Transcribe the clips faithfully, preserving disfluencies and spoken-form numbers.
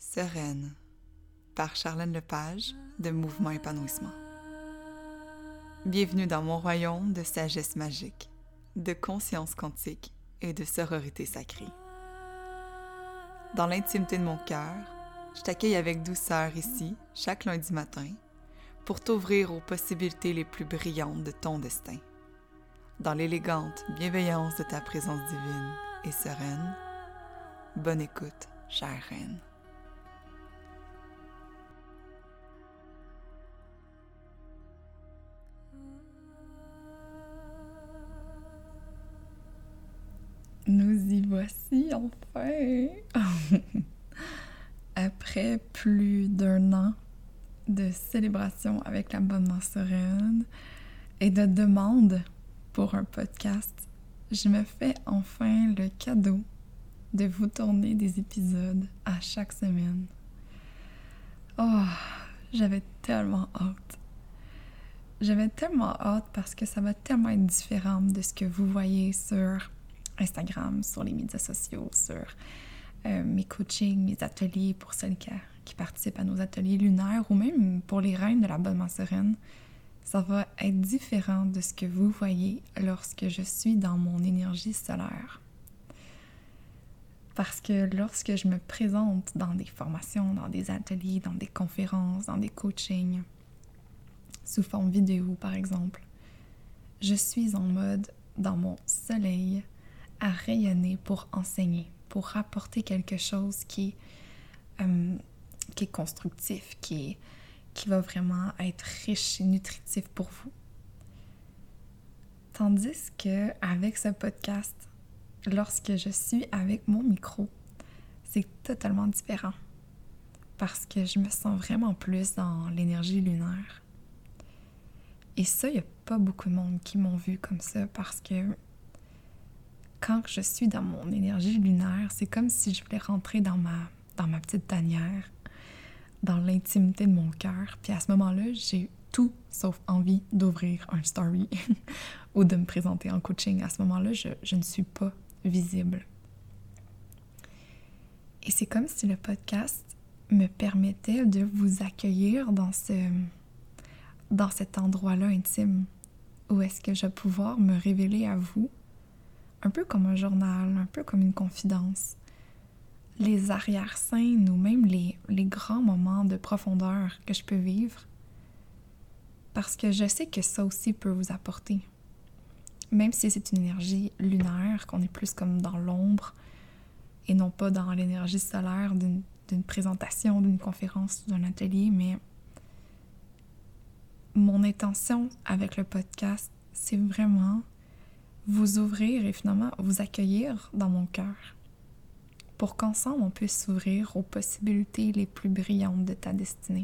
Sereine par Charlène Lepage de Mouvement Épanouissement. Bienvenue dans mon royaume de sagesse magique, de conscience quantique et de sororité sacrée. Dans l'intimité de mon cœur, je t'accueille avec douceur ici, chaque lundi matin, pour t'ouvrir aux possibilités les plus brillantes de ton destin. Dans l'élégante bienveillance de ta présence divine et sereine, bonne écoute, chère reine. Nous y voici enfin! Après plus d'un an de célébration avec l'abonnement sereine et de demande pour un podcast, je me fais enfin le cadeau de vous tourner des épisodes à chaque semaine. Oh, j'avais tellement hâte. J'avais tellement hâte parce que ça va tellement être différent de ce que vous voyez sur Instagram, sur les médias sociaux, sur euh, mes coachings, mes ateliers pour celles qui, qui participent à nos ateliers lunaires ou même pour les reines de l'abonnement sereine. Ça va être différent de ce que vous voyez lorsque je suis dans mon énergie solaire. Parce que lorsque je me présente dans des formations, dans des ateliers, dans des conférences, dans des coachings, sous forme vidéo par exemple, je suis en mode dans mon soleil à rayonner pour enseigner, pour apporter quelque chose qui est, euh, qui est constructif, qui, est, qui va vraiment être riche et nutritif pour vous. Tandis qu'avec ce podcast, lorsque je suis avec mon micro, c'est totalement différent parce que je me sens vraiment plus dans l'énergie lunaire. Et ça, il n'y a pas beaucoup de monde qui m'ont vu comme ça parce que quand je suis dans mon énergie lunaire, c'est comme si je voulais rentrer dans ma, dans ma petite tanière, dans l'intimité de mon cœur. Puis à ce moment-là, j'ai tout sauf envie d'ouvrir un story ou de me présenter en coaching. À ce moment-là, je, je ne suis pas visible. Et c'est comme si le podcast me permettait de vous accueillir dans, ce, dans cet endroit-là intime où est-ce que je vais pouvoir me révéler à vous un peu comme un journal, un peu comme une confidence. Les arrière-scènes ou même les, les grands moments de profondeur que je peux vivre, parce que je sais que ça aussi peut vous apporter. Même si c'est une énergie lunaire, qu'on est plus comme dans l'ombre et non pas dans l'énergie solaire d'une, d'une présentation, d'une conférence, d'un atelier, mais mon intention avec le podcast, c'est vraiment vous ouvrir et finalement vous accueillir dans mon cœur pour qu'ensemble on puisse s'ouvrir aux possibilités les plus brillantes de ta destinée.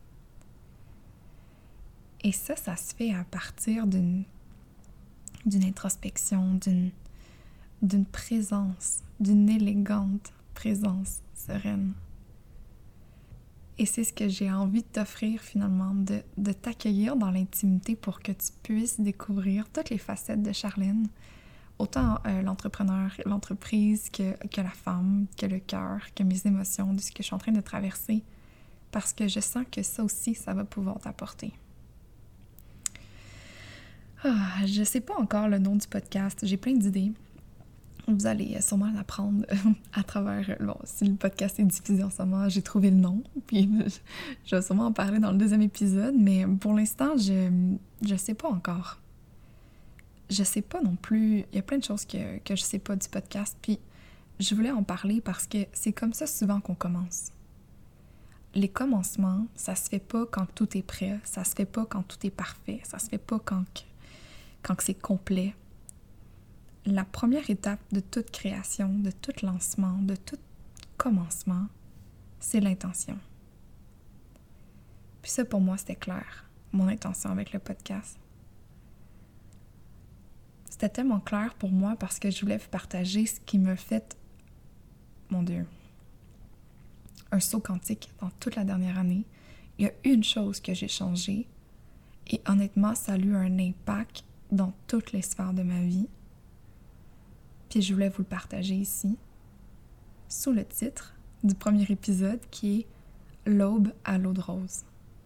Et ça, ça se fait à partir d'une, d'une introspection, d'une, d'une présence, d'une élégante présence sereine. Et c'est ce que j'ai envie de t'offrir finalement, de, de t'accueillir dans l'intimité pour que tu puisses découvrir toutes les facettes de Charlène, autant euh, l'entrepreneur, l'entreprise, que, que la femme, que le cœur, que mes émotions, de ce que je suis en train de traverser, parce que je sens que ça aussi, ça va pouvoir t'apporter. Ah, je sais pas encore le nom du podcast, j'ai plein d'idées. Vous allez sûrement l'apprendre à travers... Bon, si le podcast est diffusé en ce moment, j'ai trouvé le nom, puis je vais sûrement en parler dans le deuxième épisode, mais pour l'instant, je je sais pas encore. Je sais pas non plus... Il y a plein de choses que, que je sais pas du podcast, puis je voulais en parler parce que c'est comme ça souvent qu'on commence. Les commencements, ça se fait pas quand tout est prêt, ça se fait pas quand tout est parfait, ça se fait pas quand, quand c'est complet. La première étape de toute création, de tout lancement, de tout commencement, c'est l'intention. Puis ça, pour moi, c'était clair, mon intention avec le podcast. C'était tellement clair pour moi parce que je voulais vous partager ce qui me fait, mon Dieu, un saut quantique dans toute la dernière année. Il y a une chose que j'ai changée et honnêtement, ça a eu un impact dans toutes les sphères de ma vie. Puis je voulais vous le partager ici, sous le titre du premier épisode qui est L'aube à l'eau de rose.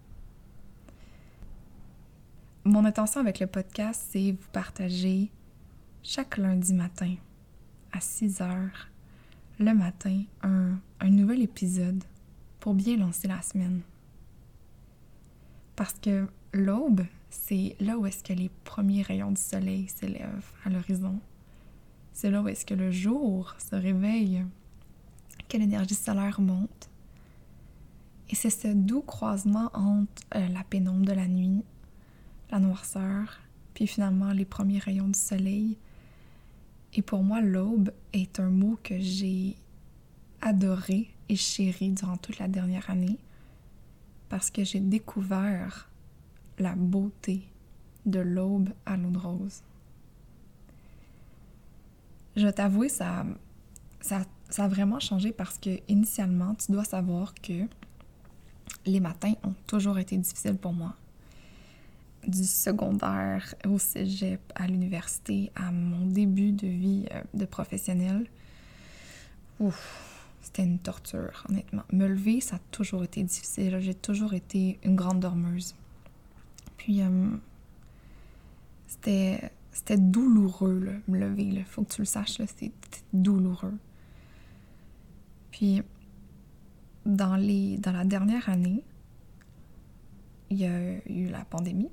Mon intention avec le podcast, c'est vous partager chaque lundi matin à six heures le matin un, un nouvel épisode pour bien lancer la semaine. Parce que l'aube, c'est là où est-ce que les premiers rayons du soleil s'élèvent à l'horizon. C'est là où est-ce que le jour se réveille, que l'énergie solaire monte. Et c'est ce doux croisement entre euh, la pénombre de la nuit, la noirceur, puis finalement les premiers rayons du soleil. Et pour moi, l'aube est un mot que j'ai adoré et chéri durant toute la dernière année parce que j'ai découvert la beauté de l'aube à l'eau de rose. Je vais t'avouer, ça, ça, ça a vraiment changé parce que initialement, tu dois savoir que les matins ont toujours été difficiles pour moi. Du secondaire au cégep, à l'université, à mon début de vie de professionnelle, ouf, c'était une torture, honnêtement. Me lever, ça a toujours été difficile. J'ai toujours été une grande dormeuse. Puis, euh, c'était, c'était douloureux, là, me lever. Il faut que tu le saches, là, c'était douloureux. Puis, dans, les, dans la dernière année, il y a eu la pandémie.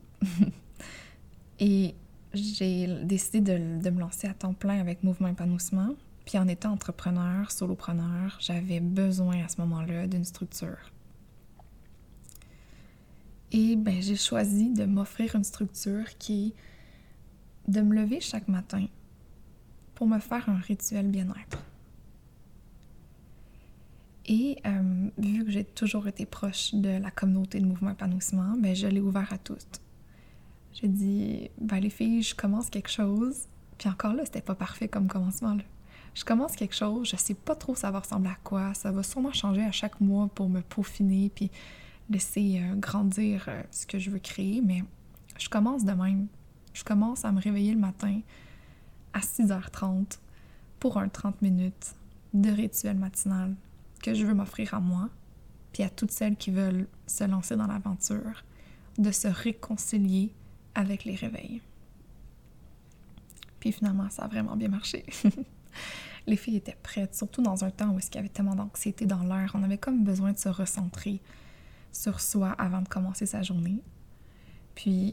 Et j'ai décidé de, de me lancer à temps plein avec Mouvement Épanouissement. Puis en étant entrepreneur, solopreneur, j'avais besoin à ce moment-là d'une structure. Et ben j'ai choisi de m'offrir une structure qui est de me lever chaque matin pour me faire un rituel bien-être. Et euh, vu que j'ai toujours été proche de la communauté de Mouvement Épanouissement, ben je l'ai ouvert à tous. J'ai dit, ben les filles, je commence quelque chose. Puis encore là, c'était pas parfait comme commencement, là. Je commence quelque chose, je sais pas trop ça va ressembler à quoi, ça va sûrement changer à chaque mois pour me peaufiner puis laisser euh, grandir euh, ce que je veux créer, mais je commence de même. Je commence à me réveiller le matin à six heures trente pour un trente minutes de rituel matinal que je veux m'offrir à moi puis à toutes celles qui veulent se lancer dans l'aventure, de se réconcilier avec les réveils. Puis finalement, ça a vraiment bien marché. Les filles étaient prêtes, surtout dans un temps où il y avait tellement d'anxiété dans l'air. On avait comme besoin de se recentrer sur soi avant de commencer sa journée. Puis,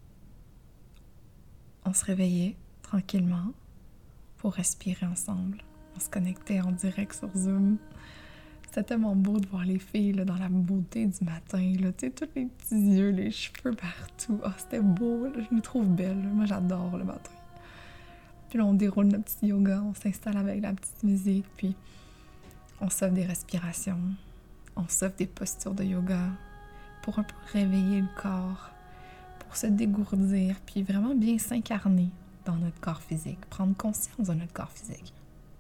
on se réveillait tranquillement pour respirer ensemble. On se connectait en direct sur Zoom. C'était tellement beau de voir les filles là, dans la beauté du matin. Là, tu sais, tous les petits yeux, les cheveux partout. Oh, c'était beau, là, je me trouve belle. Là. Moi, j'adore le matin. Puis là, on déroule notre petit yoga, on s'installe avec la petite musique, puis on s'offre des respirations, on s'offre des postures de yoga pour un peu réveiller le corps, pour se dégourdir, puis vraiment bien s'incarner dans notre corps physique, prendre conscience de notre corps physique.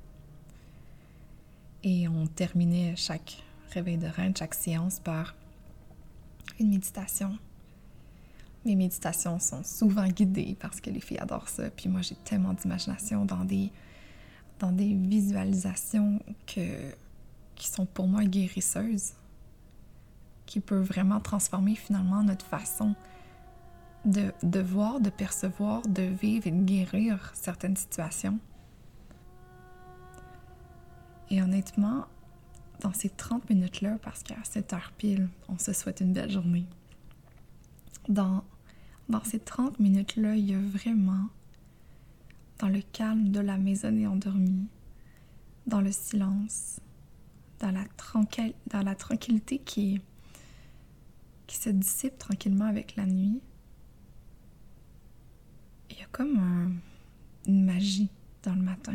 Et on terminait chaque réveil de reine, chaque séance par une méditation. Mes méditations sont souvent guidées parce que les filles adorent ça. Puis moi, j'ai tellement d'imagination dans des, dans des visualisations que, qui sont pour moi guérisseuses, qui peuvent vraiment transformer finalement notre façon de, de voir, de percevoir, de vivre et de guérir certaines situations. Et honnêtement, dans ces trente minutes-là, parce qu'à sept heures pile, on se souhaite une belle journée, Dans, dans ces trente minutes-là, il y a vraiment, dans le calme de la maisonnée endormie, dans le silence, dans la, tranquille, dans la tranquillité qui, qui se dissipe tranquillement avec la nuit, il y a comme un, une magie dans le matin.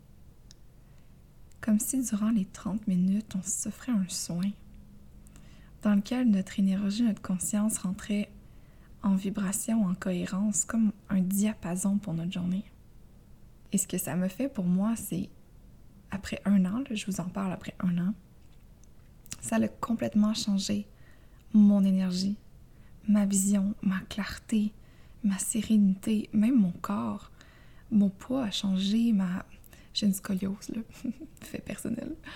Comme si durant les trente minutes, on s'offrait un soin dans lequel notre énergie, notre conscience rentrait en vibration, en cohérence, comme un diapason pour notre journée. Et ce que ça me fait pour moi, c'est, après un an, là, je vous en parle après un an, ça a complètement changé mon énergie, ma vision, ma clarté, ma sérénité, même mon corps. Mon poids a changé, ma... j'ai une scoliose, là, fait personnel.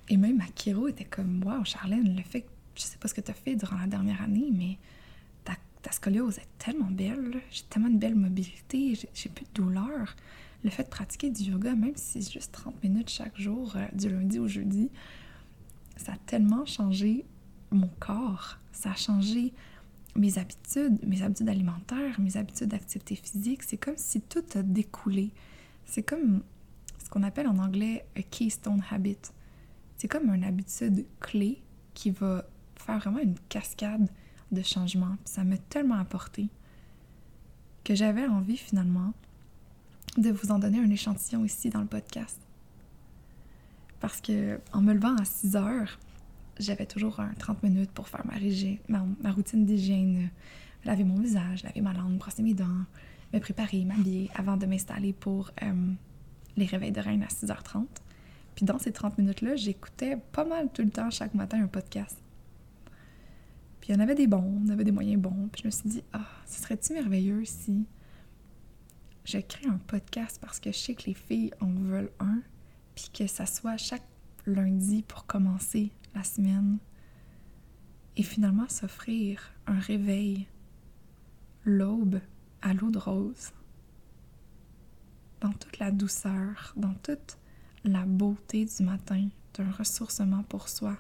Et même ma chiro était comme « Wow, Charlène, le fait que je sais pas ce que tu as fait durant la dernière année, mais ta, ta scoliose est tellement belle, là. J'ai tellement de belle mobilité, j'ai, j'ai plus de douleur. Le fait de pratiquer du yoga, même si c'est juste trente minutes chaque jour, euh, du lundi au jeudi, ça a tellement changé mon corps. Ça a changé mes habitudes, mes habitudes alimentaires, mes habitudes d'activité physique. C'est comme si tout a découlé. C'est comme ce qu'on appelle en anglais « a keystone habit ». C'est comme une habitude clé qui va faire vraiment une cascade de changements. Puis ça m'a tellement apporté que j'avais envie finalement de vous en donner un échantillon ici dans le podcast. Parce que en me levant à six heures, j'avais toujours un trente minutes pour faire ma, rigi- ma, ma routine d'hygiène, laver mon visage, laver ma langue, brosser mes dents, me préparer, m'habiller avant de m'installer pour euh, les réveils de reine à six heures trente. Puis dans ces trente minutes-là, j'écoutais pas mal tout le temps, chaque matin, un podcast. Puis il y en avait des bons, il y en avait des moyens bons. Puis je me suis dit, ah, ce serait-tu merveilleux si je crée un podcast parce que je sais que les filles en veulent un, puis que ça soit chaque lundi pour commencer la semaine. Et finalement s'offrir un réveil, l'aube, à l'eau de rose. Dans toute la douceur, dans toute la beauté du matin, d'un ressourcement pour soi.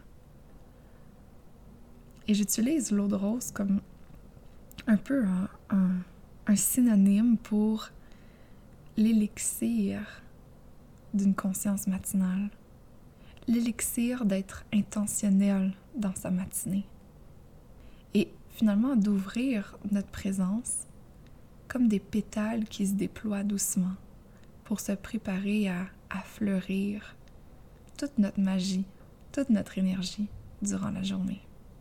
Et j'utilise l'eau de rose comme un peu un, un, un synonyme pour l'élixir d'une conscience matinale. L'élixir d'être intentionnel dans sa matinée. Et finalement d'ouvrir notre présence comme des pétales qui se déploient doucement pour se préparer à à fleurir toute notre magie, toute notre énergie durant la journée.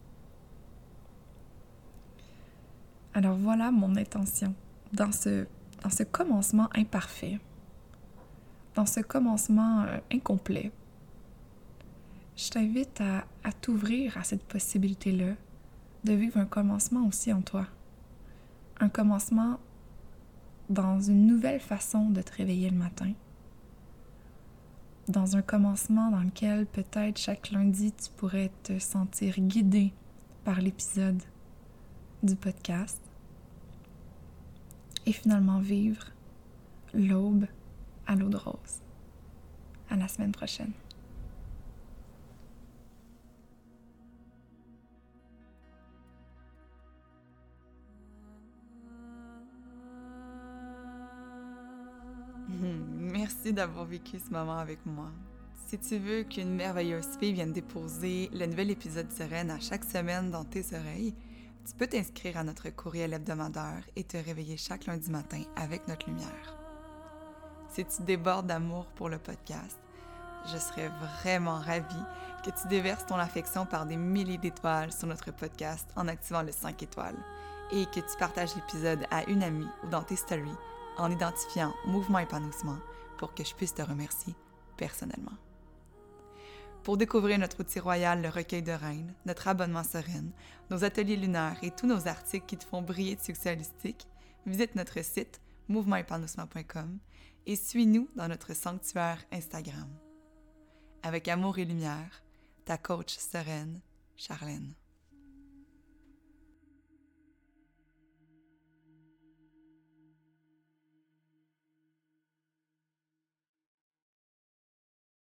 Alors voilà mon intention dans ce, dans ce commencement imparfait, dans ce commencement euh, incomplet. Je t'invite à, à t'ouvrir à cette possibilité-là de vivre un commencement aussi en toi. Un commencement dans une nouvelle façon de te réveiller le matin. Dans un commencement dans lequel peut-être chaque lundi tu pourrais te sentir guidé par l'épisode du podcast et finalement vivre l'aube à l'eau de rose. À la semaine prochaine. Merci d'avoir vécu ce moment avec moi. Si tu veux qu'une merveilleuse fille vienne déposer le nouvel épisode Sereine à chaque semaine dans tes oreilles, tu peux t'inscrire à notre courriel hebdomadaire et te réveiller chaque lundi matin avec notre lumière. Si tu débordes d'amour pour le podcast, je serais vraiment ravie que tu déverses ton affection par des milliers d'étoiles sur notre podcast en activant le cinq étoiles et que tu partages l'épisode à une amie ou dans tes stories en identifiant Mouvement Épanouissement pour que je puisse te remercier personnellement. Pour découvrir notre outil royal, le recueil de reines, notre abonnement Sereine, nos ateliers lunaires et tous nos articles qui te font briller de succès holistique, visite notre site mouvement épanouissement point com et suis-nous dans notre sanctuaire Instagram. Avec amour et lumière, ta coach sereine, Charlène.